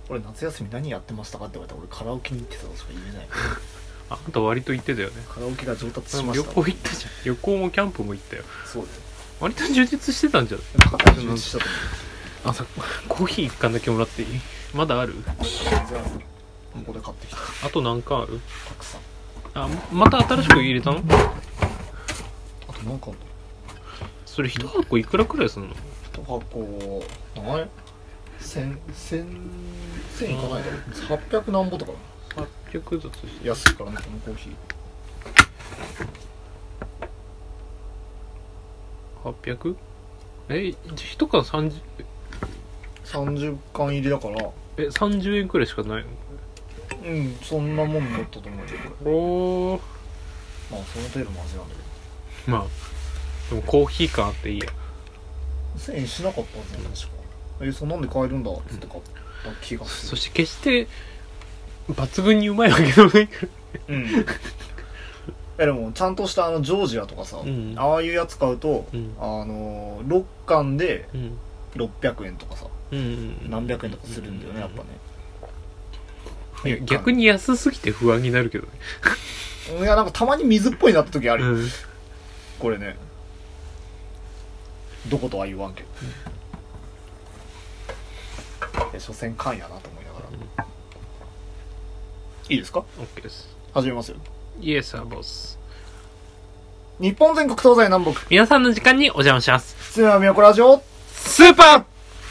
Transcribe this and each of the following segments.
俺夏休み何やってましたかって言われたら俺カラオケに行ってたとしか言えない。 あんた割と行ってたよね。 カラオケが上達しました。 旅行行ったじゃん。旅行もキャンプも行ったよ。 そうだよ。 割と充実してたんじゃん。 充実したと思う。 あ、さ、コーヒー一缶だけもらっていい？まだある？ 全然ある。ここで買ってきた。 あと何缶ある？ たくさん。 あ、また新しく入れたの？ あと何かあるの？ それ一箱いくらくらいすんの？ 一箱名前1000いかないだろ。800何ぼとか 800ずつ安いからね、このコーヒー 800？ 1缶 30缶入りだから 30円くらいしかないの？ うん、そんなもんだったと思うよこれ。 おー、 まあその程度の味なんだけまあでもコーヒー感あっていいや。 1000円しなかったんじゃないですか。そんなんで買えるんだっつって買った気がする。 そして決して抜群にうまいわけでもないからうんでもちゃんとしたジョージアとかさ、ああいうやつ買うと、6缶で600円とかさ、何百円とかするんだよね、やっぱね。 いや逆に安すぎて不安になるけどねいやなんかたまに水っぽいなった時あるよ、これね。どことは言わんけど、所詮缶やなと思いながら、いいですか？ OK です。 始めますよ。 イエスサーボス。 日本全国東西南北皆さんの時間にお邪魔します。 津山都ラジオスーパー。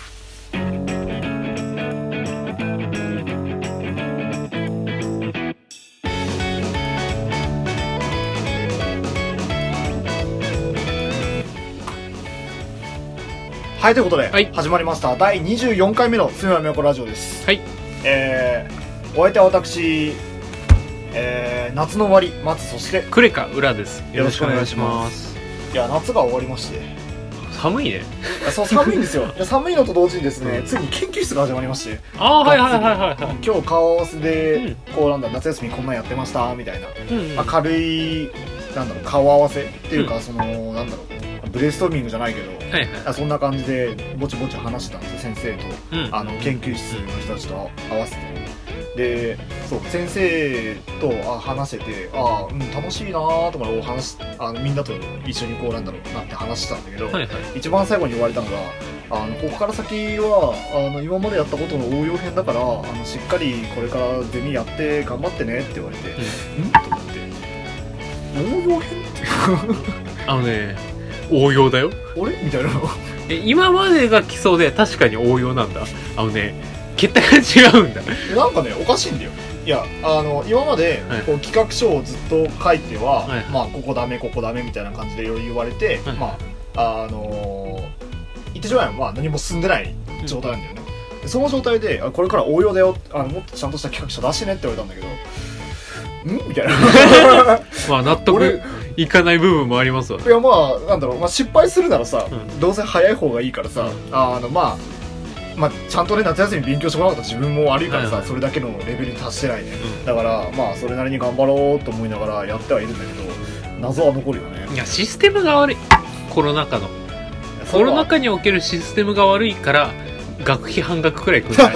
はい、ということで、 はい、 始まりました第24回目の津山都ラジオです。 はい。 お相手は私、夏の終わり松、そしてクレカ裏です。 よろしくお願いします。いや、夏が終わりまして、 寒いね。 そう、寒いんですよ。寒いのと同時にですね、ついに研究室が始まりまして、 はいはいはいはいはい。 今日顔合わせで、こうなんだ、夏休みこんなんやってましたみたいな、軽いなんだろう、顔合わせっていうか、そのなんだろう、ブレストーミングじゃないけど、そんな感じでぼちぼち話したんですよ、先生と、研究室の人たちと合わせて。で、そう、先生と話せて、楽しいなーとかみんなと一緒にこうなんだろうなって話したんだけど、一番最後に言われたのが、ここから先は今までやったことの応用編だから、しっかりこれからゼミやって頑張ってねって言われて、と思って、応用編って応用だよ。 俺みたいな今までが基礎で確かに応用なんだ。桁が違うんだ。 なんかね、おかしいんだよ。いや、今までこう企画書をずっと書いては、まあここダメここダメみたいな感じで言われて、まあ言ってしまえば何も進んでない状態なんだよね。その状態でこれから応用だよ、もっとちゃんとした企画書出してねって言われたんだけど、みたいなまあ納得いかない部分もありますわ。 いや、まあなんだろう、失敗するならさ、どうせ早い方がいいからさ、まあちゃんとね、夏休み勉強してこなかった自分も悪いからさ、それだけのレベルに達してないね、だからまあそれなりに頑張ろうと思いながらやってはいるんだけど、謎は残るよね。 いや、システムが悪い。コロナ禍におけるシステムが悪いから学費半額くらいくんない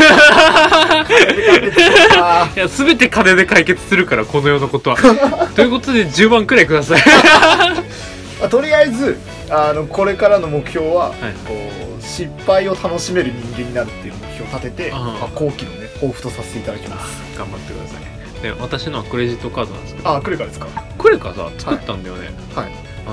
いや、全て金で解決するから、この世のことはということで10万くらいくださいとりあえずこれからの目標は、こう失敗を楽しめる人間になるっていう目標を立てて、後期のね抱負とさせていただきます。 頑張ってください。で、私のはクレジットカードなんですけど。 クレカですか？ クレカさ、作ったんだよね。 はい。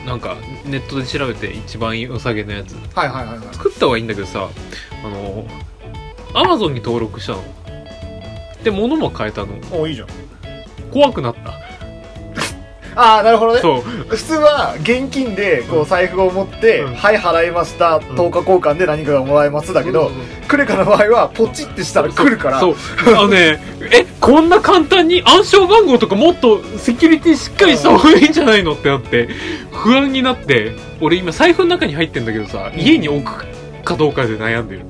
なんかネットで調べて一番良さげなやつ。 はい。 作った方がいいんだけどさ、Amazon に登録したの。で、物も買えたの。 いいじゃん。 怖くなった。 なるほどね。 そう。 普通は現金でこう財布を持って、はい払いました、10日交換で何かがもらえますだけど、クレカの場合はポチってしたら来るから。 そう。こんな簡単に暗証番号とかもっとセキュリティしっかりした方がいいんじゃないのってなって不安になって、俺今財布の中に入ってんだけどさ、家に置くかどうかで悩んでる。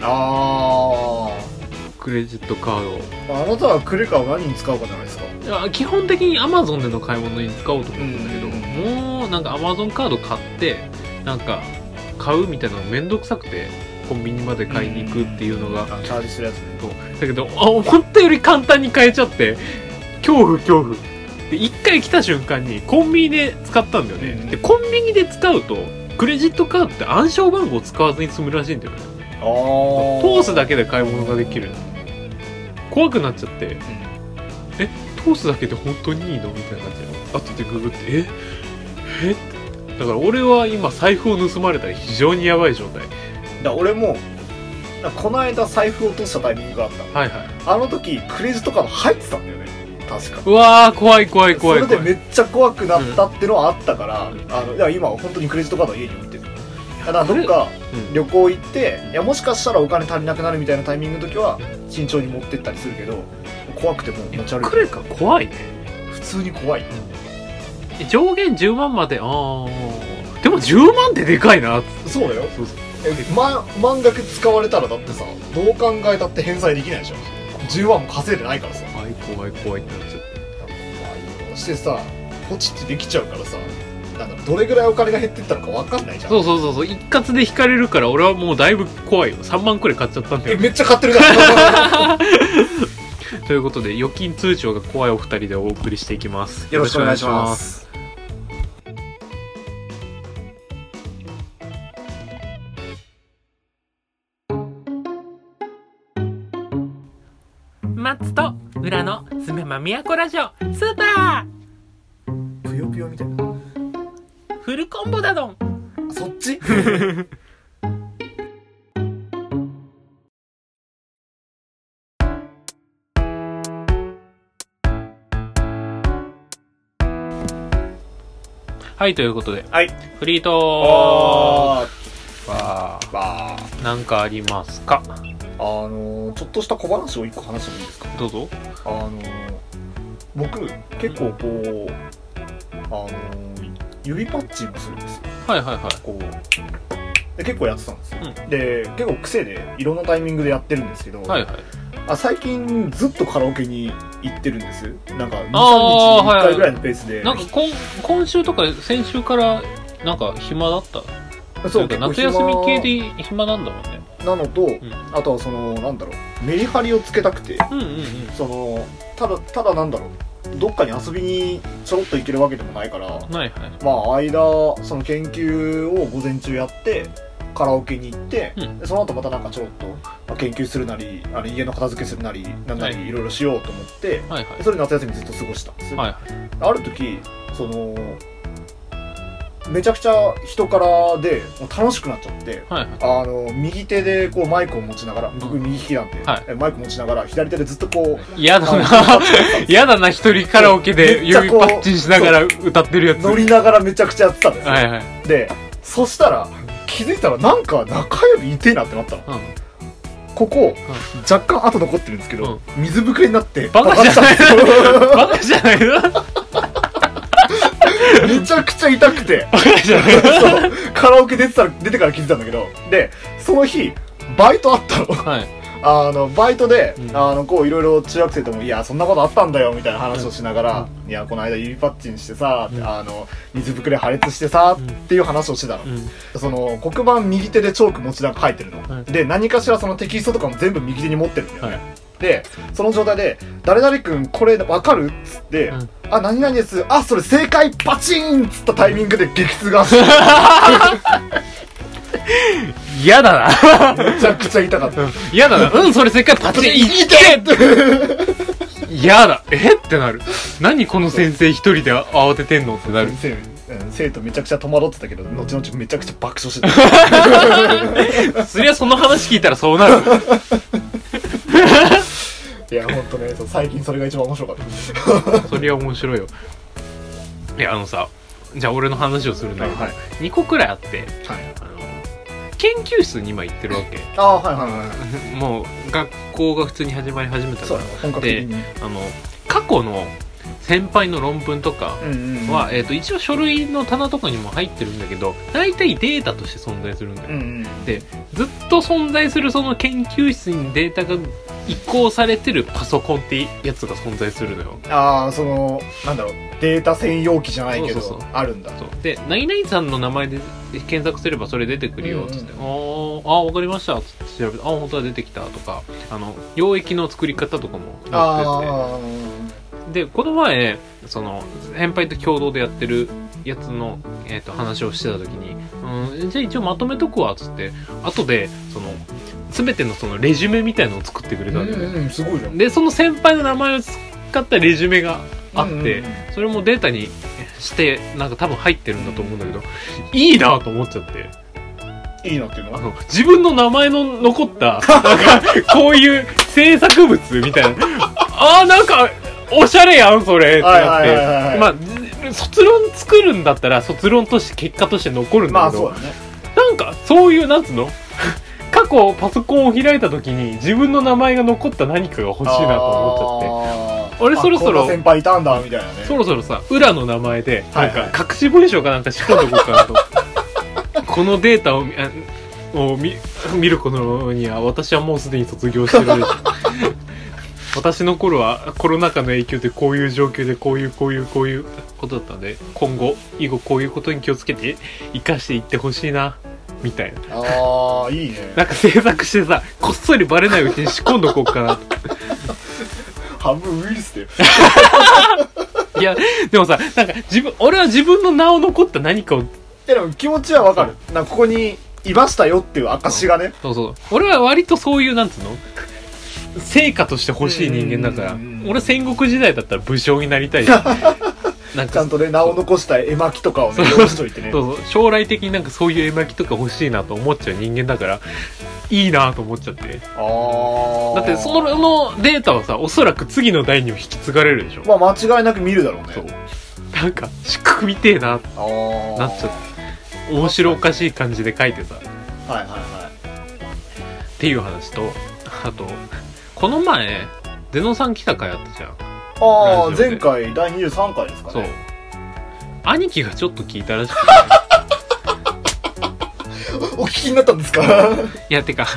クレジットカード。 あなたはクレカを何に使うかじゃないですか？ いや、基本的に Amazon での買い物に使おうと思うんだけど、もうなんか Amazon カード買ってなんか買うみたいなのめんどくさくて、 コンビニまで買いに行くっていうのが、 チャージするやつね。 だけど思ったより簡単に買えちゃって恐怖で、一回来た瞬間にコンビニで使ったんだよね、でコンビニで使うとクレジットカードって暗証番号を使わずに済むらしいんだよね。通すだけで買い物ができる。怖くなっちゃって、通すだけで本当にいいのみたいな感じで後でググってだから俺は今財布を盗まれたら非常にやばい状態だ。俺もこの間財布を落としたタイミングがあった。 はいはい。 あの時クレジットカード入ってたんだよね、確か。 うわー、怖い。それでめっちゃ怖くなったってのはあったから、いや今は本当にクレジットカードは家に置いてる。だからどっか旅行行って、いやもしかしたらお金足りなくなるみたいなタイミングの時は慎重に持ってったりするけど、怖くても持ち歩いて。 クレカ怖いね。 普通に怖い。 上限10万まで。でも10万ってでかいな。 そうだよ。満額使われたらだってさ、どう考えたって返済できないでしょ。10万も稼いでないからさ。 怖いってなっちゃって。 してさ、ポチってできちゃうからさ、なんだろう、どれぐらいお金が減ってったのか分かんないじゃん。 そう一括で引かれるから俺はもうだいぶ怖いよ。3万くらい買っちゃったんだよ。 めっちゃ買ってるからということで預金通帳が怖いお二人でお送りしていきます。 よろしくお願いします。 マッツと裏のすめまみやこラジオスーパーぷよぷよみたいなフルコンボだどん。 そっちはい、ということで、 はい、 フリートークなんかありますか？ ちょっとした小話を1個話してもいいですか？ どうぞ。 僕結構こう指パッチンをするんですよ。こうで結構やってたんですよ、で結構癖でいろんなタイミングでやってるんですけど、最近ずっとカラオケに行ってるんです。なんか 2,3 日に1回ぐらいのペースで、 なんか今週とか先週からなんか暇だった。そう、夏休み系で暇なんだもんね。 なのと、あとはそのなんだろう、メリハリをつけたくて、そのただなんだろう、どっかに遊びにちょろっと行けるわけでもないから、まあ間その研究を午前中やってカラオケに行って、でその後またなんかちょろっと研究するなり家の片付けするなりなんなりいろいろしようと思って、それで夏休みずっと過ごしたんですよ。ある時そのめちゃくちゃ人からでもう楽しくなっちゃって、右手でこうマイクを持ちながら、僕右利きなんで、マイク持ちながら左手でずっとこうやだな一人カラオケで指パッチンしながら歌ってるやつ乗りながらめちゃくちゃやってたんですよ。でそしたら気づいたらなんか中指痛いなってなったの、ここ、若干跡残ってるんですけど、水ぶくれになってバカじゃないバカじゃないのめちゃくちゃ痛くてそうカラオケ出てから気づいたんだけど、でその日バイトあったの、バイトで、こういろいろ中学生ともいやそんなことあったんだよみたいな話をしながら、いやこの間指パッチンしてさ、水ぶくれ破裂してさ、っていう話をしてたの、その黒板右手でチョーク持ちながら書いてるの、で何かしらそのテキストとかも全部右手に持ってるんだよね、でその状態で誰々くんこれわかるっつって、あ何々です、あそれ正解パチーンっつったタイミングで激痛が嫌だなめちゃくちゃ痛かった。 嫌だな。それ正解パチンいけ嫌だ。ってなる。何この先生一人で慌ててんのってなる。 生徒めちゃくちゃ戸惑ってたけど、後々めちゃくちゃ爆笑してた。 そりゃその話聞いたらそうなる。 いやほんとね、最近それが一番面白かった。 そりゃ面白いよ。いやさ、じゃあ俺の話をするんだけど、2個くらいあって、研究室に今行ってるわけ。もう学校が普通に始まり始めたから、 本格的に。 で過去の先輩の論文とかは、一応書類の棚とかにも入ってるんだけど、大体データとして存在するんだよ、でずっと存在するその研究室にデータが移行されてるパソコンってやつが存在するのよ。 そのなんだろう、データ専用機じゃないけど、そうあるんだ。 そうで、何々さんの名前で検索すればそれ出てくるよっつって、わかりましたっつって調べて、本当は出てきたとか、溶液の作り方とかも載ってて、でこの前その先輩と共同でやってるやつの、話をしてた時に、じゃあ一応まとめとくわっつって、後でその全てのそのレジュメみたいのを作ってくれたんだよね。 すごいじゃん。 でその先輩の名前を使ったレジュメがあって、それもデータにしてなんか多分入ってるんだと思うんだけど、いいなと思っちゃって。 いいなっていうのは自分の名前の残ったなんかこういう制作物みたいな、なんかおしゃれやんそれってなって、まあ卒論作るんだったら卒論として結果として残るんだけど、 そうだね、 なんかそういうなんつうの過去パソコンを開いた時に自分の名前が残った何かが欲しいなと思っちゃって、俺そろそろ先輩いたんだみたいなね、 そろそろさ裏の名前でなんか隠し文章かなんか仕込んでおこうかなとこのデータを見る頃には私はもうすでに卒業してるでしょ私の頃はコロナ禍の影響でこういう状況でこういうことだったので、今後以後こういうことに気をつけて生かしていってほしいなみたいな。 いいね。 なんか制作してさ、こっそりバレないうちに仕込んどこうかなと半分ウイルスだよいやでもさ、なんか俺は自分の名を残った何かを、 でも気持ちはわかる。なんかここにいましたよっていう証がね。 そう俺は割とそういうなんつうの成果として欲しい人間だから、俺戦国時代だったら武将になりたいしなんかちゃんとね名を残した絵巻とかをね用意しといてね、 そう将来的になんかそういう絵巻とか欲しいなと思っちゃう人間だからいいなと思っちゃって。だってそのデータはさ、おそらく次の代にも引き継がれるでしょ。 まあ間違いなく見るだろうね。 そうなんか仕組みてえななっちゃって、面白おかしい感じで書いてさ、っていう話と、あとこの前ゼノさん来た回あったじゃん。 前回第23回ですかね。 そう、兄貴がちょっと聞いたらしくてお聞きになったんですかいやてか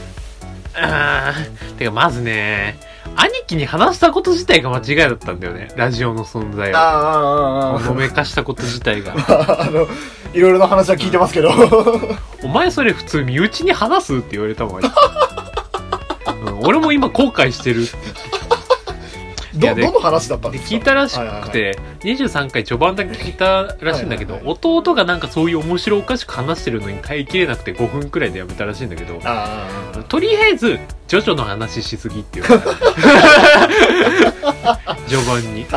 まずね、兄貴に話したこと自体が間違いだったんだよね、ラジオの存在をほのめかしたこと自体がいろいろな話は聞いてますけどお前それ普通身内に話すって言われたもん俺も今後悔してるどの話だったんですか。 聞いたらしくて、23回序盤だけ聞いたらしいんだけど、弟がなんかそういう面白おかしく話してるのに耐えきれなくて5分くらいでやめたらしいんだけど、とりあえずジョジョの話しすぎっていう序盤に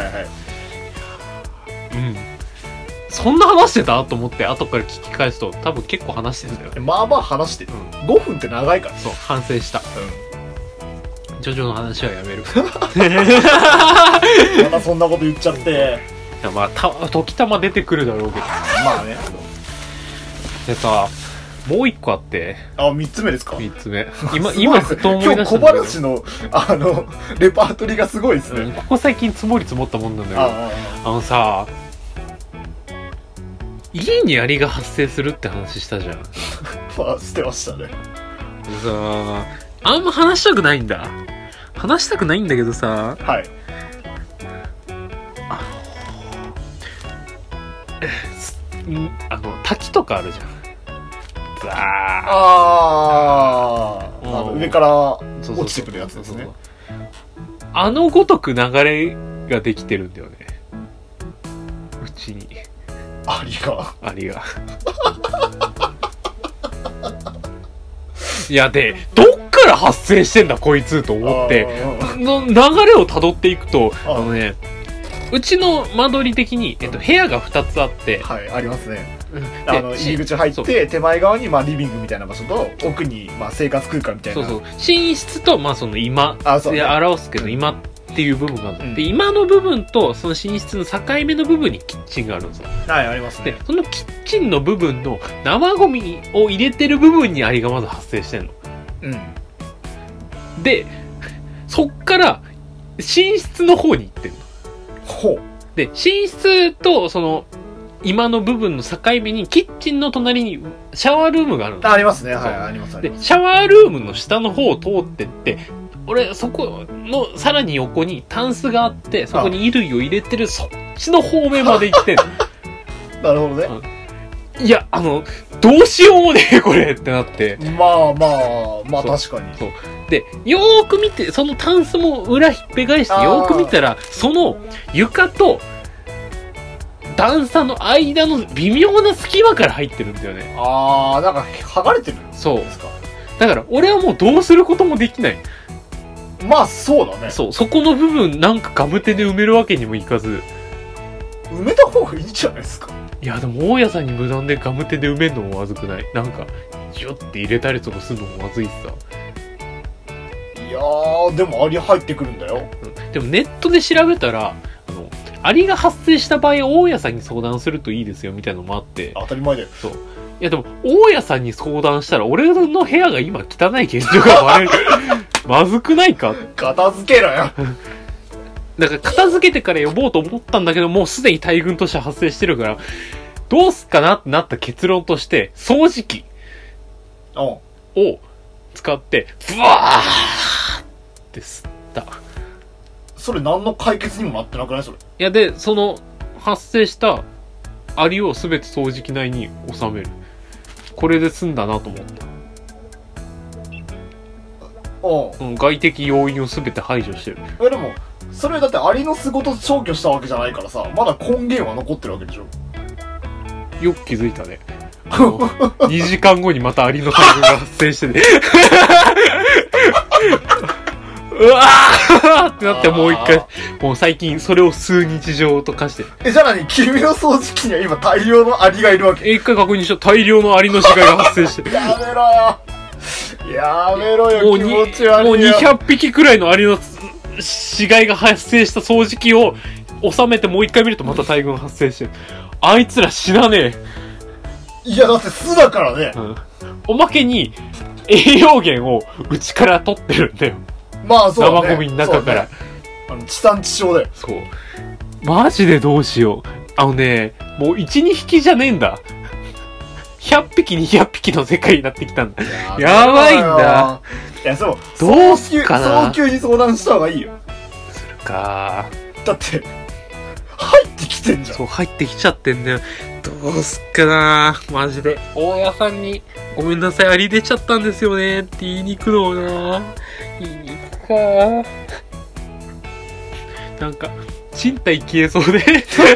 そんな話してたと思って後から聞き返すと多分結構話してるんだよ。 まあまあ話してる、5分って長いから。 そう反省した、ジョジョの話はやめるまたそんなこと言っちゃって。 まあ時たま出てくるだろうけどまあね。 でさ、もう一個あって。 3つ目ですか。 3つ目今ふと思い出したんだけど、 今日小話のレパートリーがすごいですね、 ここ最近積もったもんなんだけど、さ、家にアリが発生するって話したじゃんしてましたね。 さ、あんま話したくないんだけどさ、滝とかあるじゃん。 上から落ちてくるやつですね。 ごとく流れができてるんだよね、うちに。アリがいやで、どっから発生してんだこいつと思っての流れを辿っていくと、うちの間取り的に、部屋が2つあって、 ありますね。入り口入って手前側にリビングみたいな場所と奥に生活空間みたいな。寝室とその今で表すけど今っていう部分があって、今の部分とその寝室の境目の部分にキッチンがあるんですよ。 ありますね。 でそのキッチンの部分の生ゴミを入れてる部分にアリがまず発生してんの。でそっから寝室の方に行ってんの。で寝室とその今の部分の境目にキッチンの隣にシャワールームがあるの。 ありますね。あります。 でシャワールームの下の方を通ってって俺そこのさらに横にタンスがあって、そこに衣類を入れてるそっちの方面まで行ってんの。 なるほどね。 いや、どうしようもねえ、これってなって。 まあ確かに。 そう。で、よーく見て、そのタンスも裏ひっぺ返してよーく見たら、その床と段差の間の微妙な隙間から入ってるんだよね。 なんか剥がれてるんですか。 そう。だから俺はもうどうすることもできない。 まあそうだね。 そう。そこの部分なんかガム手で埋めるわけにもいかず。 埋めた方がいいんじゃないですか。 いやでも大家さんに無断でガム手で埋めるのもまずくない？なんかジュッて入れたりとかするのもまずいしさ。 いやーでもアリ入ってくるんだよ。 でもネットで調べたらアリが発生した場合大家さんに相談するといいですよみたいなのもあって。 当たり前だよ。 そう。いやでも大家さんに相談したら俺の部屋が今汚い現状がバレる。まずくないか？ 片付けろよ。 だから片付けてから呼ぼうと思ったんだけど、もうすでに大群として発生してるから、どうすっかなってなった結論として、掃除機を使って、ブワーって吸った。 それ何の解決にもなってなくない？それ。いやで、その発生したアリをすべて掃除機内に収める。これで済んだなと思った。外的要因をすべて排除してる。 でもそれだってアリの巣ごと消去したわけじゃないからさ、まだ根源は残ってるわけでしょ。 よく気づいたね。2時間後にまたアリの大群が発生してね。うわーってなってもう一回、もう最近それを数日常と化して。 じゃあ何？君の掃除機には今大量のアリがいるわけ？ 一回確認しよう。大量のアリの死骸が発生して。 やめろよ。やめろよ、気持ち悪いよ。 もう200匹くらいのアリの死骸が発生した掃除機を収めてもう一回見るとまた大群発生してる。あいつら死なねえ。いやだって巣だからね。 おまけに栄養源を内から取ってるんだよ。 まあそうだね。 生ゴミの中から。 地産地消だよ。 そう。マジでどうしよう。もう1、2匹じゃねえんだ。100匹200匹の世界になってきたんだ。やばいんだ。 いや、そう。 どうすっかな。 早急に相談した方がいいよ。 するか。 だって、入ってきてんじゃん。 そう、入ってきちゃってんだよ。どうすっかな。マジで。大家さんに、ごめんなさい、アリ出ちゃったんですよね。って言いに行くのな。言いに行くか。なんか、賃貸消えそうで。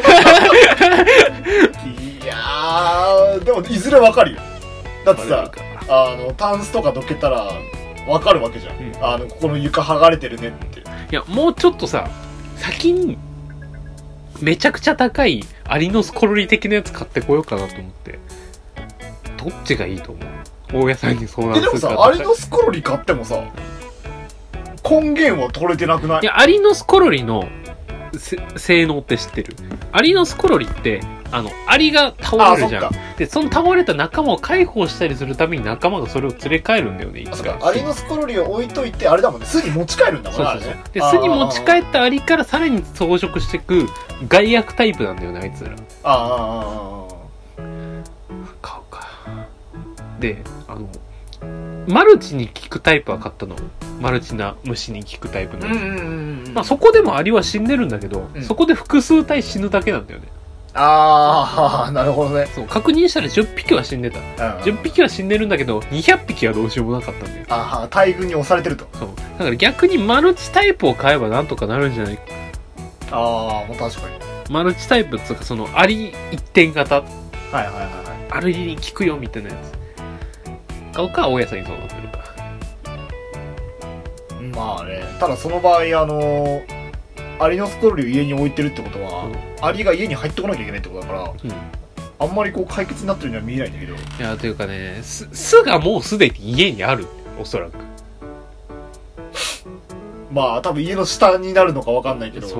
いやー、でもいずれわかるよ。だってさ、タンスとかどけたらわかるわけじゃん。ここの床剥がれてるねって。 いや、もうちょっとさ、先に、めちゃくちゃ高いアリのスコロリ的なやつ買ってこようかなと思って。どっちがいいと思う？大家さんに相談するか。 でもさ、アリのスコロリ買ってもさ、根源は取れてなくない？ いや、アリのスコロリの性能って知ってる？アリのスコロリって、アリが倒れるじゃん。で、その倒れた仲間を解放したりするために仲間がそれを連れ帰るんだよね、いつか。 アリのスコロリを置いといて、あれだもんね、巣に持ち帰るんだもんね、 そうそうそう。で、巣に持ち帰ったアリからさらに増殖していく害悪タイプなんだよね、あいつら。買うか。で、マルチに効くタイプは買ったの。マルチな虫に効くタイプの。まあそこでもアリは死んでるんだけど、そこで複数体死ぬだけなんだよね。 なるほどね。 そう、確認したら10匹は死んでた。10匹は死んでるんだけど、200匹はどうしようもなかったんだよ。 大群に押されてると。 そう。だから逆にマルチタイプを買えばなんとかなるんじゃないか。 もう確かに。 マルチタイプっていうか、アリ一点型。アリに効くよみたいなやつ。買うか、大家さんに相談するか。 まあね、ただその場合、アリのスコロリを家に置いてるってことは、アリが家に入ってこなきゃいけないってことだから、あんまり解決になってるには見えないんだけど。いや、というかね、巣がもうすでに家にある。おそらく。 まあ、多分家の下になるのかわかんないけど。 そう。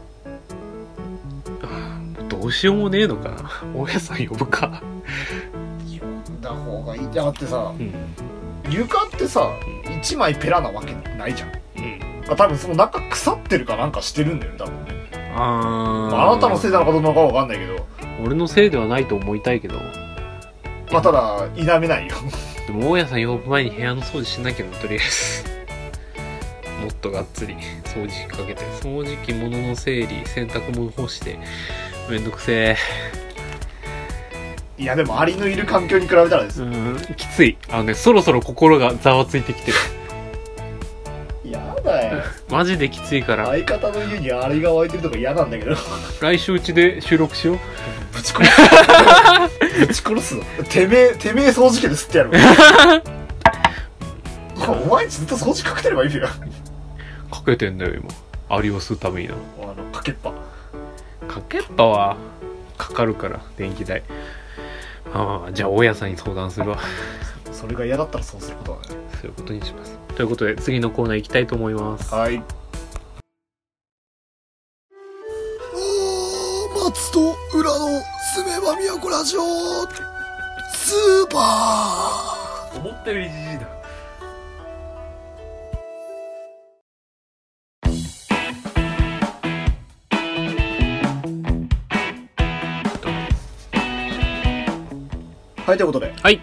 どうしようもねえのかな。大家さん呼ぶか。 呼んだ方がいい。だってさ、床ってさ、1枚ペラなわけないじゃん。多分その中腐ってるかなんかしてるんだよね、多分ね。あなたのせいなのかどうなのかわかんないけど。 俺のせいではないと思いたいけど。 まあただ、否めないよ。 でも大家さん呼ぶ前に部屋の掃除しなきゃな、とりあえず。 もっとがっつり掃除機かけて、掃除機、物の整理、洗濯物干して、めんどくせいやでもアリのいる環境に比べたらですよ。 きつい。そろそろ心がざわついてきてる。 やだよ。 マジできついから。 相方の家にアリが湧いてるとか嫌なんだけど。 来週うちで収録しよう。 ぶち殺す。ぶち殺すの。てめえ掃除機で吸ってやる。お前ずっと掃除機かけてればいいよ。 かけてんだよ今。アリを吸うためにな。 かけっぱはかかるから電気代。じゃあ大家さんに相談するわ。 それが嫌だったらそうすることはね。 そういうことにします。ということで次のコーナー行きたいと思います。 はい。松と裏のすめば都ラジオスーパー。思ったよりじじいだ。 はい、ということで、 はい、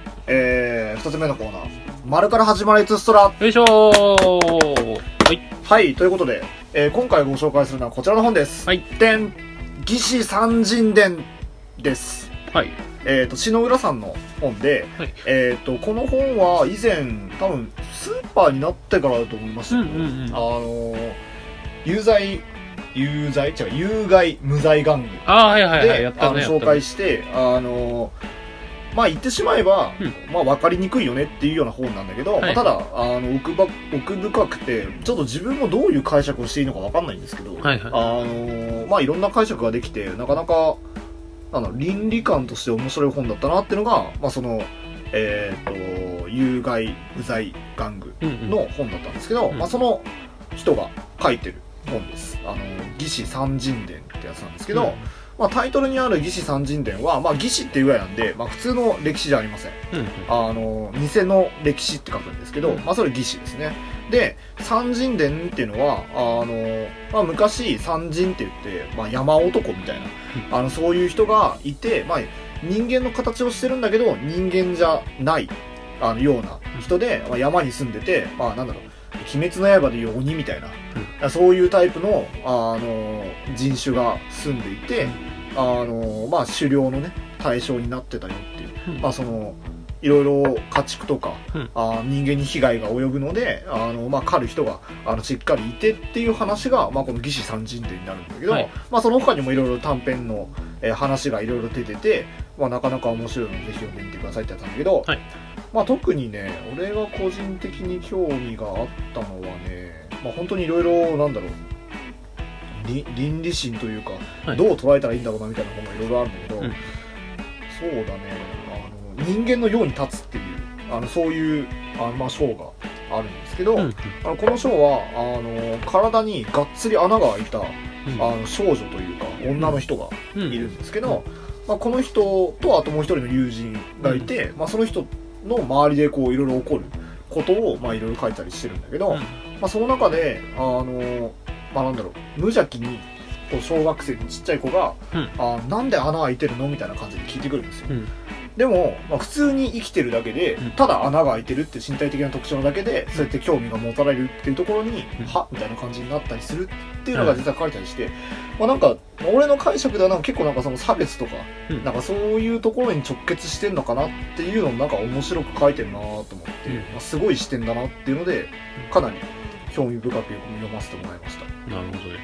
2つ目のコーナー、丸から始まるエツストラ。 よいしょー。 はい、ということで、今回ご紹介するのはこちらの本です。 はい。 魏志三人伝です。 はい。 篠浦さんの本で、 はい、 この本は以前、多分、スーパーになってからだと思いましたけど、有害無罪玩具で、 やったね、 紹介して、まあ言ってしまえば、まあ分かりにくいよねっていうような本なんだけど、まあ、ただ奥深くてちょっと自分もどういう解釈をしていいのか分かんないんですけど、まあいろんな解釈ができてなかなか倫理観として面白い本だったなっていうのが、まあその有害無罪玩具の本だったんですけど、まあその人が書いてる本です。魏志三人伝ってやつなんですけど、まあ、タイトルにある魏志三人伝は、まあ、魏志っていうぐらいなんで、まあ、普通の歴史じゃありません。偽の歴史って書くんですけど、まあ、それ魏志ですね。で、三人伝っていうのは、まあ、昔三人って言って、まあ、山男みたいな、そういう人がいて、まあ、人間の形をしてるんだけど、人間じゃない、ような人で、まあ、山に住んでて、まあ、なんだろう、鬼滅の刃でいう鬼みたいな、そういうタイプの、人種が住んでいて、まあ狩猟のね対象になってたよっていう、まあそのいろいろ家畜とか、人間に被害が及ぶのでまあ狩る人がしっかりいてっていう話が、まあ、この魏志三人伝になるんだけど、まあその他にもいろいろ短編の、話がいろいろ出てて、まあ、なかなか面白いのでぜひ読んでみてくださいってやつなんだけど、まあ特にね俺が個人的に興味があったのはね、まあ本当にいろいろなんだろう倫理心というか、どう捉えたらいいんだろうなみたいな本がいろいろあるんだけど、そうだね人間のように立つっていうそういうまあ章があるんですけど、この章は体にがっつり穴が開いた、少女というか女の人がいるんですけど、まあ、この人とあともう一人の友人がいて、まあ、その人の周りでこういろいろ起こることをまあいろいろ書いたりしてるんだけど、まあ、その中でまあなんだろう無邪気にこう小学生のちっちゃい子が、なんで穴開いてるのみたいな感じで聞いてくるんですよ。でも、まあ、普通に生きてるだけで、ただ穴が開いてるって身体的な特徴なだけで、そうやって興味が持たれるっていうところに、はみたいな感じになったりするっていうのが実は書かれたりして、まあなんか俺の解釈ではなんか結構なんかその差別とか、なんかそういうところに直結してんのかなっていうのもなんか面白く書いてるなと思って、まあ、すごい視点だなっていうのでかなり興味深く読ませてもらいました。 なるほどね。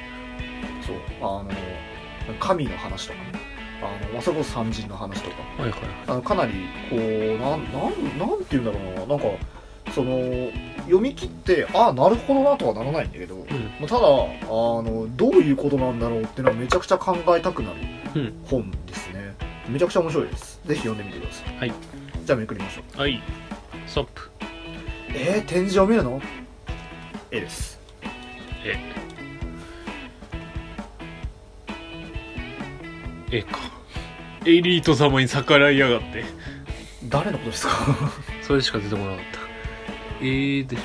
そう神の話とかね、まあ、それこそ三人の話とか、かなりこうなんていうんだろうな、なんかその読み切ってなるほどなとはならないんだけど、ただどういうことなんだろうっていうのはめちゃくちゃ考えたくなる本ですね。めちゃくちゃ面白いです。ぜひ読んでみてください。じゃあめくりましょう。 ストップ。 展示を見るの？絵です。 絵か。エリート様に逆らいやがって。 誰のことですか？ それしか出てこなかった。でしょ。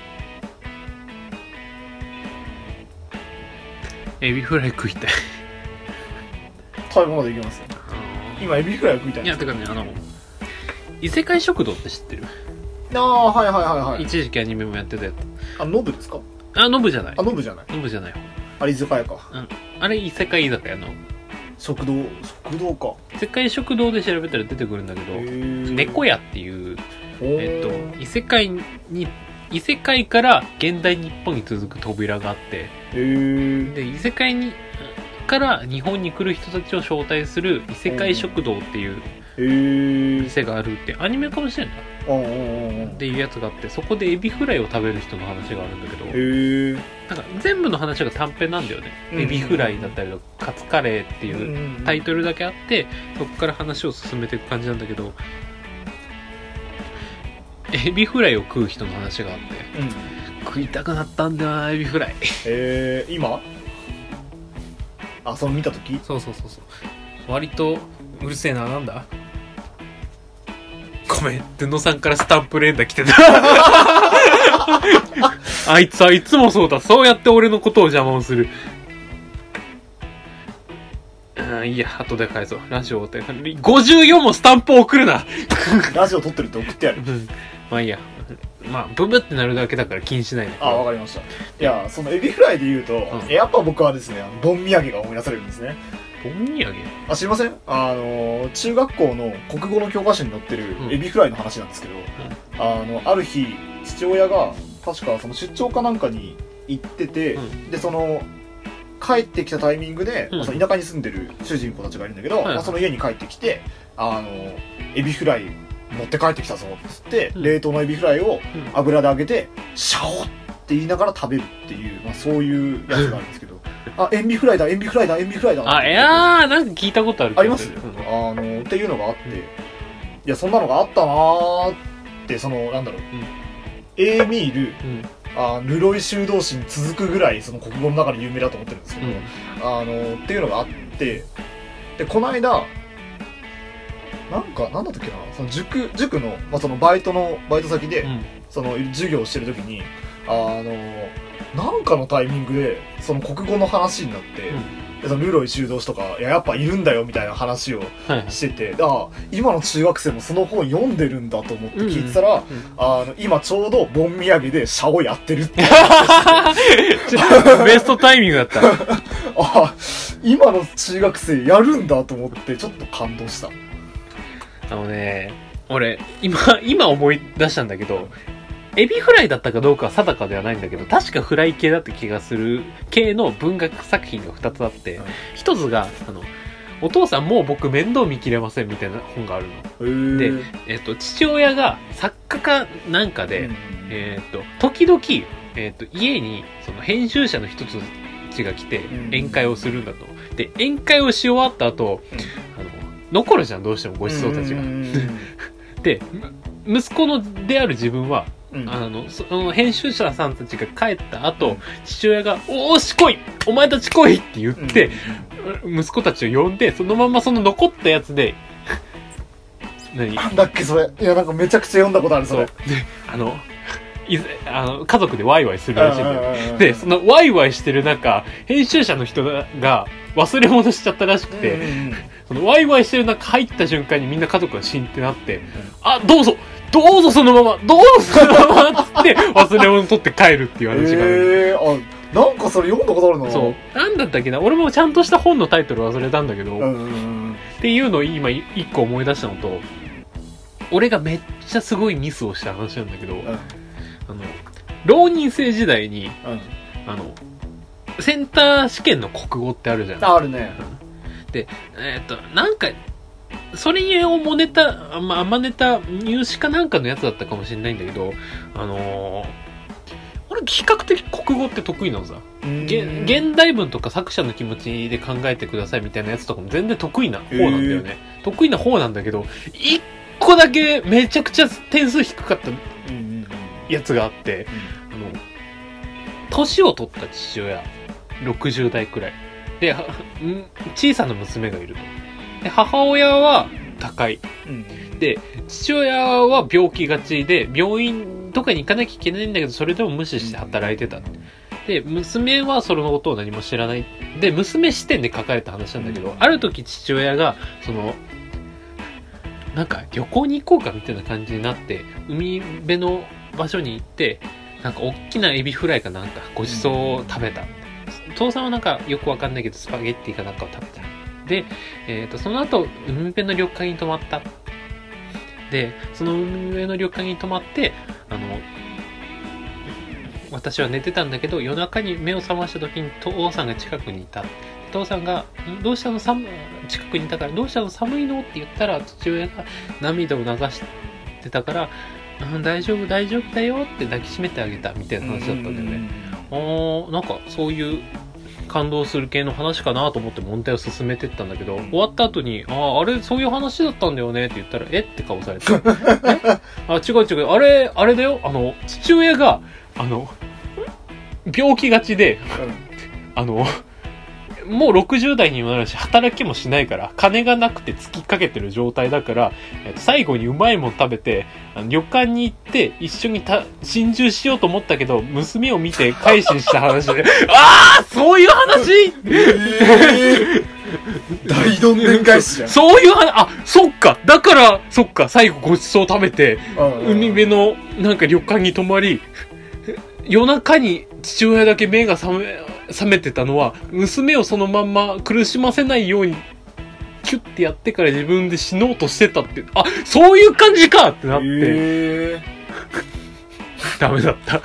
エビフライ食いたい。 最後までいきますよ。今エビフライ食いたい。 いやてかね異世界食堂って知ってる？ はい。 一時期アニメもやってたやつ。 ノブですか？ ノブじゃない。 ノブじゃない。 ノブじゃない。 あれ居酒屋か。 あれ異世界居酒屋の食堂か。 世界食堂で調べたら出てくるんだけど、猫屋っていう異世界から現代日本に続く扉があって、で異世界から日本に来る人たちを招待する異世界食堂っていう店があるってアニメかもしれないっていうやつがあって、そこでエビフライを食べる人の話があるんだけど、なんか全部の話が短編なんだよね。エビフライだったりとかカツカレーっていうタイトルだけあって、そこから話を進めていく感じなんだけど、エビフライを食う人の話があって、食いたくなったんだよな、エビフライ。 今その見たとき？ そう割とうるせえな。なんだ、ごめん、デノさんからスタンプ連打来てたあいつはいつもそうだ。そうやって俺のことを邪魔をする。いいや、後で返そう。ラジオって54もスタンプを送るなラジオ撮ってるって送ってやるまあいいや、まあブブってなるだけだから気にしないで。 わかりました。いや、そのエビフライで言うと、やっぱ僕はですね、ボン土産が思い出されるんですね。 ボン土産？ 知りません？中学校の国語の教科書に載ってるエビフライの話なんですけど、ある日父親が確かその出張かなんかに行ってて、でその帰ってきたタイミングで、その田舎に住んでる主人公たちがいるんだけど、その家に帰ってきて、エビフライ持って帰ってきたぞっつって、冷凍のエビフライを油で揚げてシャオって言いながら食べるっていう、そういうやつがあるんですけどエビフライだエビフライだエビフライだ、 なんか聞いたことある。 あります？っていうのがあって、いやそんなのがあったなーって、そのなんだろう、エーミール、ルロイ修道士に続くぐらいその国語の中で有名だと思ってるんですけど、っていうのがあって、でこの間なんだったっけな、その塾の、そのバイト先で、その授業をしてる時になんかのタイミングでその国語の話になって、そのルロイ修道士とかやっぱいるんだよみたいな話をしてて、今の中学生もその本読んでるんだと思って聞いてたら、今ちょうどボン土産でシャオやってるってベストタイミングだった今の中学生やるんだと思ってちょっと感動した。 俺今思い出したんだけど、エビフライだったかどうかは定かではないんだけど、確かフライ系だって気がする系の文学作品が2つあって、1つがお父さんもう僕面倒見きれませんみたいな本があるので、父親が作家かなんかで、時々、家にその編集者の一つが来て宴会をするんだと。で宴会をし終わった後、残るじゃんどうしてもごちそうたちがで息子である自分は、その編集者さんたちが帰った後、父親がおーし来いお前たち来いって言って、息子たちを呼んでそのままその残ったやつでなんだっけそれ、いやなんかめちゃくちゃ読んだことあるそれ。で家族でワイワイするらしいんだよ。でそのワイワイしてる中、編集者の人が忘れ物しちゃったらしくて、そのワイワイしてる中入った瞬間にみんな家族が死んってなって、どうぞそのままどうぞそのままっつって忘れ物取って帰るっていう話がある。 なんかそれ読んだことあるな。 そう、なんだったっけな、俺もちゃんとした本のタイトル忘れたんだけど、っていうのを今一個思い出したのと、俺がめっちゃすごいミスをした話なんだけど、浪人生時代に、センター試験の国語ってあるじゃん。 あるね。 で、なんかそれを真似た入試かなんかのやつだったかもしれないんだけど、俺比較的国語って得意なのさ。現代文とか作者の気持ちで考えてくださいみたいなやつとかも全然得意な方なんだよね。得意な方なんだけど、一個だけめちゃくちゃ点数低かったやつがあって、年を取った父親、60代くらい。で、小さな娘がいると。で、母親は高い。で、父親は病気がちで、病院とかに行かなきゃいけないんだけど、それでも無視して働いてた。で、娘はそのことを何も知らない。で、娘視点で書かれた話なんだけど、ある時父親が、なんか旅行に行こうかみたいな感じになって、海辺の場所に行って、 なんか大きなエビフライかなんかごちそうを食べた。父さんはなんかよくわかんないけどスパゲッティかなんかを食べた。で、その後海辺の旅館に泊まった。でその海辺の旅館に泊まって私は寝てたんだけど、夜中に目を覚ました時に父さんが近くにいた。父さんがどうしたの、近くにいたからどうしたの、寒いのって言ったら、父親が涙を流してたから、大丈夫大丈夫だよって抱きしめてあげたみたいな話だったんだよね。なんかそういう感動する系の話かなと思って問題を進めてったんだけど、終わった後にあれそういう話だったんだよねって言ったら、えって顔されて違うあれだよ、父親が病気がちで、もう60代にもなるし働きもしないから金がなくて突きかけてる状態だから、最後にうまいもん食べて旅館に行って一緒に心中しようと思ったけど娘を見て改心した話でそういう話、 大どんでん返しじゃん。 そういう話、そっかだからそっか、最後ごちそう食べて海辺のなんか旅館に泊まり、夜中に父親だけ目が覚めてたのは娘をそのまんま苦しませないようにキュッてやってから自分で死のうとしてたって、そういう感じかってなって、ダメだった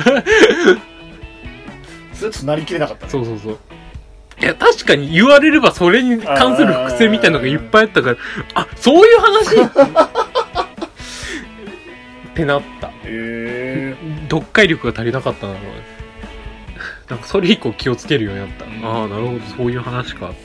それとなりきれなかった、ね、 そういや確かに言われればそれに関する伏線みたいなのがいっぱいあったから、そういう話ってなった。読解力が足りなかったな。なんかそれ以降気をつけるようになった。なるほど、そういう話か。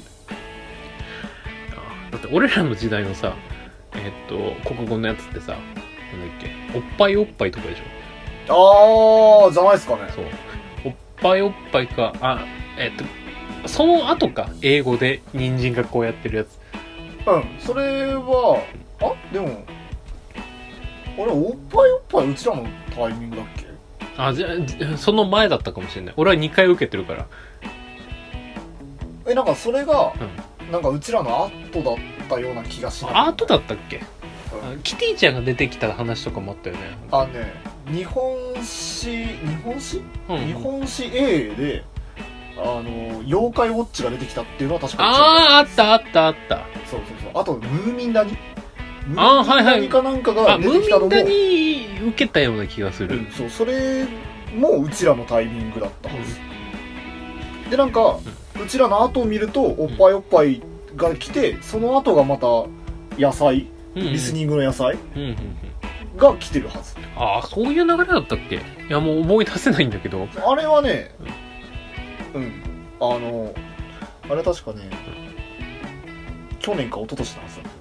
だって俺らの時代のさ、国語のやつってさ、なんだっけ、おっぱいおっぱいとかでしょ。じゃないですかね。 そう。おっぱいおっぱいか、その後か、英語で人参がこうやってるやつ。 それは、でも、俺おっぱいおっぱいうちらのタイミングだっけ？ じゃあその前だったかもしれない。俺は2回受けてるから。 なんかそれが、なんかうちらの後だったような気がしない。 後だったっけ？キティちゃんが出てきた話とかもあったよね。 日本史 A で妖怪ウォッチが出てきたっていうのは確かにあった。 そうあとムーミン谷はい何かなんかが出てきたのもムーミン谷受けたような気がする。 それもうちらのタイミングだったはず、でなんか、うちらの後を見るとおっぱいおっぱいが来て、その後がまた野菜、リスニングの野菜が来てるはず。 そういう流れだったっけ？いやもう思い出せないんだけど、 あれはね、あれ確かね、去年か一昨年なんですよ。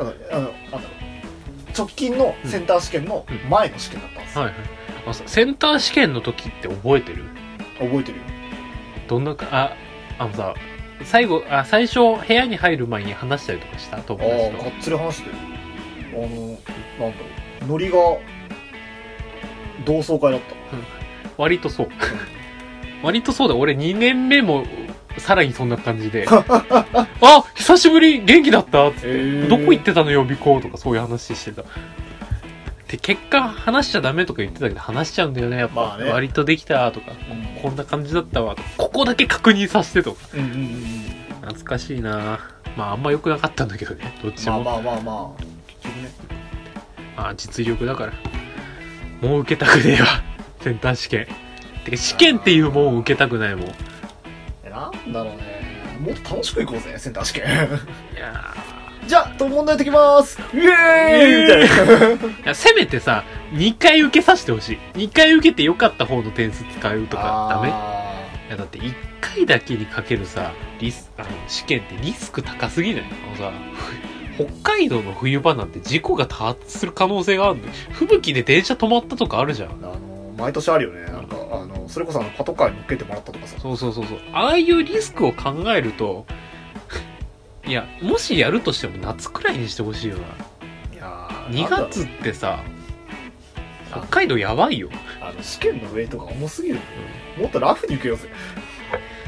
直近のセンター試験の前の試験だったんですよ。 センター試験の時って覚えてる？ 覚えてるよ。 どんなか、さ、最初部屋に入る前に話したりとかした友達と。 がっつり話してる。なんだろう、ノリが同窓会だった。 割とそう。割とそうだ。俺2年目もさらにそんな感じで久しぶり元気だったって、どこ行ってたの予備校とかそういう話してた。で結果話しちゃダメとか言ってたけど話しちゃうんだよねやっぱ、割とできたとか、こんな感じだったわとか、ここだけ確認させてとか、懐かしいな。あんま良くなかったんだけどね、どっちも。結局ね、実力だからもう受けたくねえわセンター試験。てか試験っていうもん受けたくないもん。 なんだろうね、もっと楽しくいこうぜセンター試験。 いやじゃあ問題解きますイエーイみたいな。 せめてさ2回受けさせてほしい。2回受けて良かった方の点数使うとかダメ？いやだって1回だけにかけるさ試験ってリスク高すぎない？北海道の冬場なんて事故が多発する可能性があるんで、吹雪で電車止まったとかあるじゃん。 毎年あるよね。なんかそれこそパトカーに乗っけてもらったとかさ。 そうああいうリスクを考えるといやもしやるとしても夏くらいにしてほしいよな。いや2月ってさ北海道やばいよ。 試験のウェイトが重すぎる、もっとラフに行くよぜ。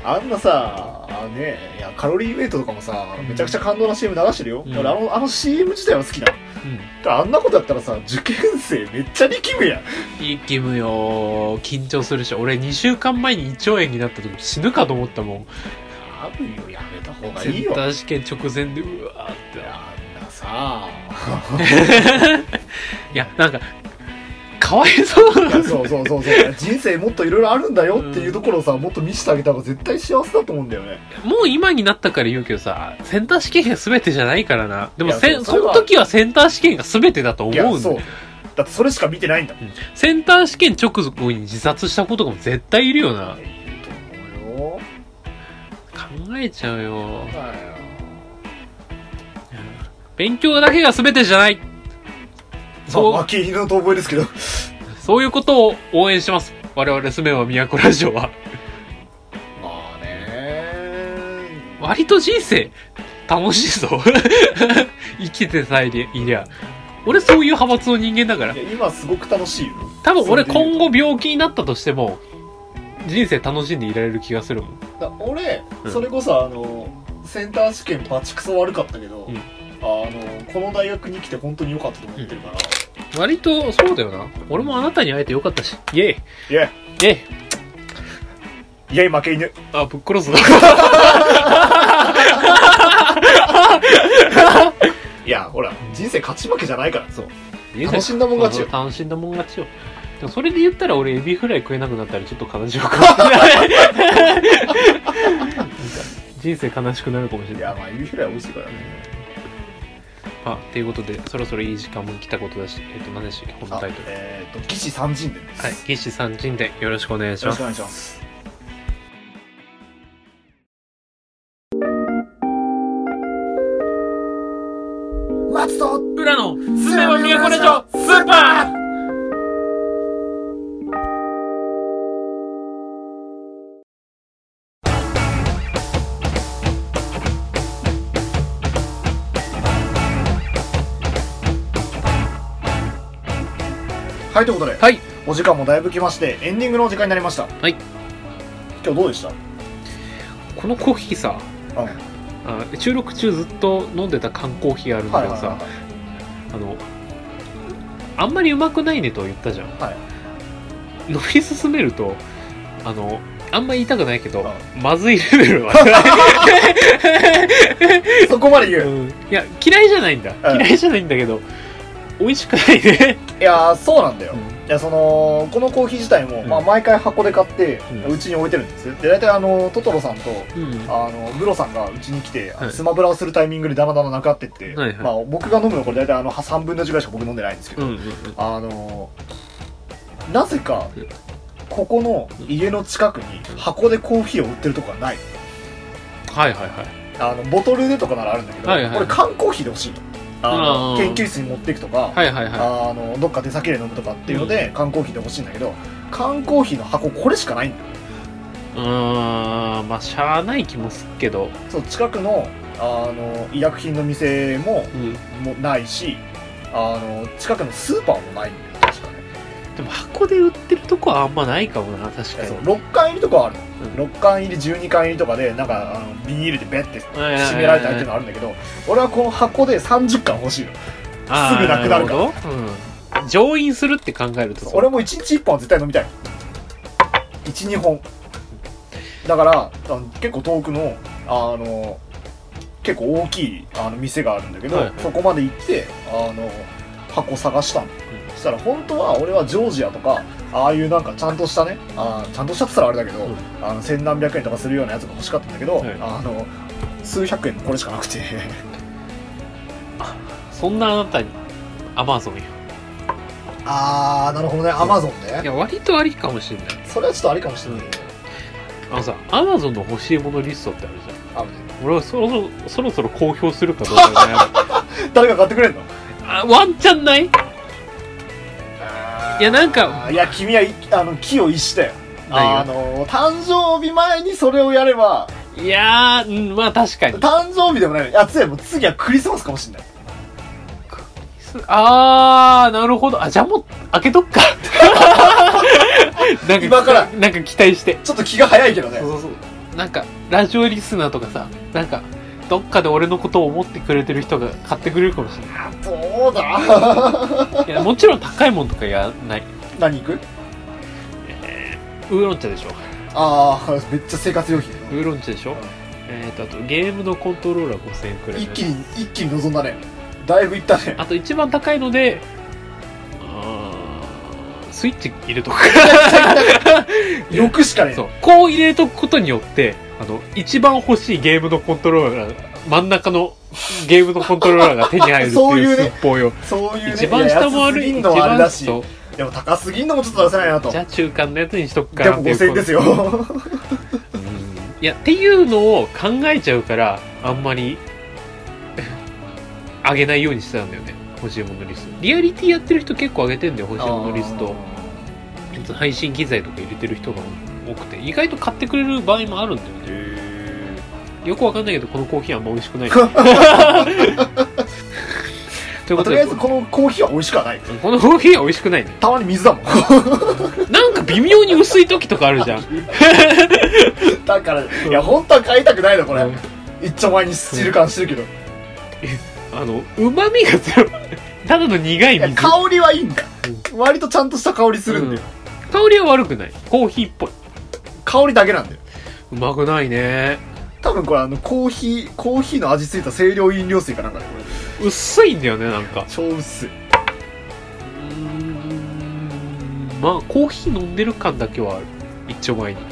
あんなさいやカロリーウェイトとかもさ、めちゃくちゃ感動な CM 流してるよ、俺あの CM 自体は好きだ、あんなことやったらさ、受験生めっちゃ力むやん。 力むよ。緊張するし、俺2週間前に胃腸炎になった時死ぬかと思ったもん。 多分よ、やめた方がいいよ。 センター試験直前でうわーって。 あんなさいや、なんかかわいそうそう人生もっといろいろあるんだよっていうところをさ、もっと見せてあげた方が絶対幸せだと思うんだよね。 もう今になったから言うけどさ、センター試験が全てじゃないからな。でもその時はセンター試験が全てだと思うんだよ。 だってそれしか見てないんだもん、 センター試験直後に自殺した子とかも絶対いるよな。考えちゃうよ。勉強だけが全てじゃない。 そう、負け犬の遠吠えですけどそういうことを応援します。我々スメは都ラジオは。 まあね、 割と人生楽しいぞ生きてさえいりゃ。俺そういう派閥の人間だから。 いや今すごく楽しいよ。 多分俺今後病気になったとしても人生楽しんでいられる気がするもん。 俺、それこそセンター試験バチクソ悪かったけど、この大学に来て本当に良かったと思ってるから、 割とそうだよな。俺もあなたに会えて良かったし。イエイイエイイエイイエイ負け犬。 あ、ぶっ殺すないやほら、人生勝ち負けじゃないから。 そう、 楽しんだもん勝ちよ。 楽しんだもん勝ちよ。でもそれで言ったら俺エビフライ食えなくなったらちょっと悲しいかもしれない人生悲しくなるかもしれない。 いやまあエビフライ美味しいからね。 ということでそろそろいい時間も来たことだし、何でしたっけ本のタイトル。 義士三人伝です。 はい、義士三人伝よろしくお願いします。 よろしくお願いします。松と浦野スメは都ラジオスーパー。 はい、ということで、 はい、 お時間もだいぶ来ましてエンディングのお時間になりました。 はい、 今日どうでした？ このコーヒーさ、収録中ずっと飲んでた缶コーヒーあるんだけどさ、あんまりうまくないねと言ったじゃん、飲み進めるとあんま言いたくないけど、まずいレベルはそこまで言う、 いや嫌いじゃないんだ、嫌いじゃないんだけど美味しくないね。 いやそうなんだよ、いやこのコーヒー自体も、毎回箱で買ってうちに置いてるんです。で大体トトロさんと、ブロさんがうちに来て、スマブラをするタイミングでだんだんなくなってって、僕が飲むのこれ大体3分の1ぐらいしか僕飲んでないんですけど、なぜかここの家の近くに箱でコーヒーを売ってるとこがない。ボトルでとかならあるんだけど、これ缶コーヒーで欲しいの。研究室に持っていくとか、どっか出先で飲むとかっていうので、缶コーヒーで欲しいんだけど、缶コーヒーの箱これしかないんだよ。 まあしゃあない気もするけど、 そう近くの医薬品の店も、もないし、近くのスーパーもないんだよ確かね。 でも箱で売ってるとこはあんまないかもな。確かに 6缶入りとかはあるの、6缶入り12缶入りとかでなんかビニールでベッて締められたりっていうのがあるんだけど、俺はこの箱で30缶欲しいの。すぐなくなるから、 乗飲するって考えると俺も1日1本は絶対飲みたい。 1,2 本だから結構遠くの結構大きい店があるんだけど、そこまで行って箱探したの。そしたら本当は俺はジョージアとかああいうなんかちゃんとしたね、ちゃんとしたって言ったらあれだけど、千何百円とかするようなやつが欲しかったんだけど、数百円のこれしかなくてそんなあなたにアマゾンよ。 なるほどね、アマゾンね。 いや割とありかもしれない。 それはちょっとありかもしれない。 さ、アマゾンの欲しいものリストってあるじゃん。 あるね。 俺はそろそろ公表するかどうかね誰か買ってくれんの？ ワンチャンない？いやなんか、 いや君は気を逸したよ。誕生日前にそれをやれば。 いやー、まあ確かに誕生日でもない。いや次はクリスマスかもしんない。 なるほど。じゃあもう開けとっかなんか今からなんか期待して。 ちょっと気が早いけどね。 そうなんかラジオリスナーとかさ、なんかどっかで俺のことを思ってくれてる人が買ってくれるかもしれない。 どうだいやもちろん高いもんとかやらない。 何行く？ ウーロン茶でしょ。 ああ、めっちゃ生活用品。 ウーロン茶でしょ、あとゲームのコントローラー5000円くらい、 一気に望んだね。だいぶいったね。 あと一番高いのでスイッチ入れとくよくしかね。 そう、こう入れとくことによって一番欲しいゲームのコントローラー、真ん中のゲームのコントローラーが手に入るっていう寸法よ。 そういうね。 一番下もある。 一番だし。でも高すぎんのもちょっと出せないなと。 じゃあ中間のやつにしとくかなっていう。 でも5000円ですよ。 いやっていうのを考えちゃうからあんまり上げないようにしてたんだよね。欲しいものリスト。リアリティやってる人結構上げてんだよ、欲しいものリスト。配信機材とか入れてる人が多くて、意外と買ってくれる場合もあるんだよね。よくわかんないけどこのコーヒーはあんま美味しくない。ということで、とりあえずこのコーヒーは美味しくはない。このコーヒーは美味しくないね。 たまに水だもん。 なんか微妙に薄い時とかあるじゃん。 だから、いや本当は買いたくないのこれ。一丁前にスチール感してるけど。 旨味がゼロ。ただの苦い水。 香りはいいんだ。割とちゃんとした香りするんだよ。 香りは悪くない。コーヒーっぽい。 香りだけなんだよ。 うまくないね。 多分これコーヒーの味付いた清涼飲料水かなんかでこれ。薄いんだよね、なんか。 超薄い。 まあコーヒー飲んでる感だけはある。一丁前に。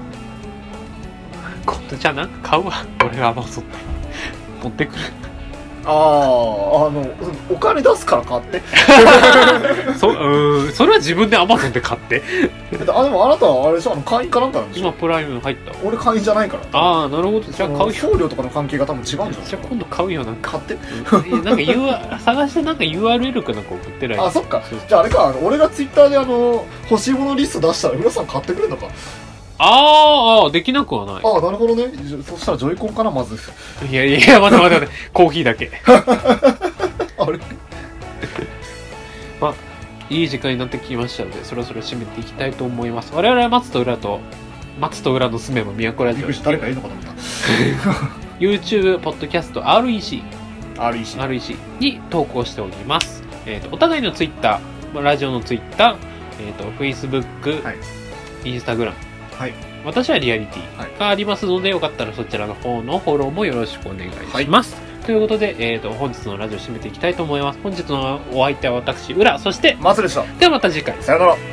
今度じゃあなんか買うわ。俺が甘そうって。持ってくる。 お金出すから買ってそれは自分でアマゾンで買ってでもあなたはあれでしょ、会員かなんかなんでしょ。 今プライム入った。 俺会員じゃないから。 ああなるほど。じゃあ買うよ。 送料とかの関係が多分違うんじゃない。 じゃあ今度買うよ。なんか買ってなんか探してなんか URL かなんか送ってない。 あそっか。じゃああれか、俺がツイッターで欲しいものリスト出したら浦さん買ってくれるのか。 ああできなくはない。 ああなるほどね。そしたらジョイコンかなまず。 いや待ってコーヒーだけあれまあいい時間になってきましたのでそろそろ締めていきたいと思います。我々は松と裏のすめば都ラジオ誰かいるのかと思った YouTube ポッドキャスト REC に投稿しております。お互いの Twitter ラジオの Twitter Facebook、はい、Instagram、はい、私はリアリティがありますので、よかったらそちらの方のフォローもよろしくお願いします。はい、ということで、本日のラジオ締めていきたいと思います。本日のお相手は私、浦、そして、 松でした。 ではまた次回。 さよなら。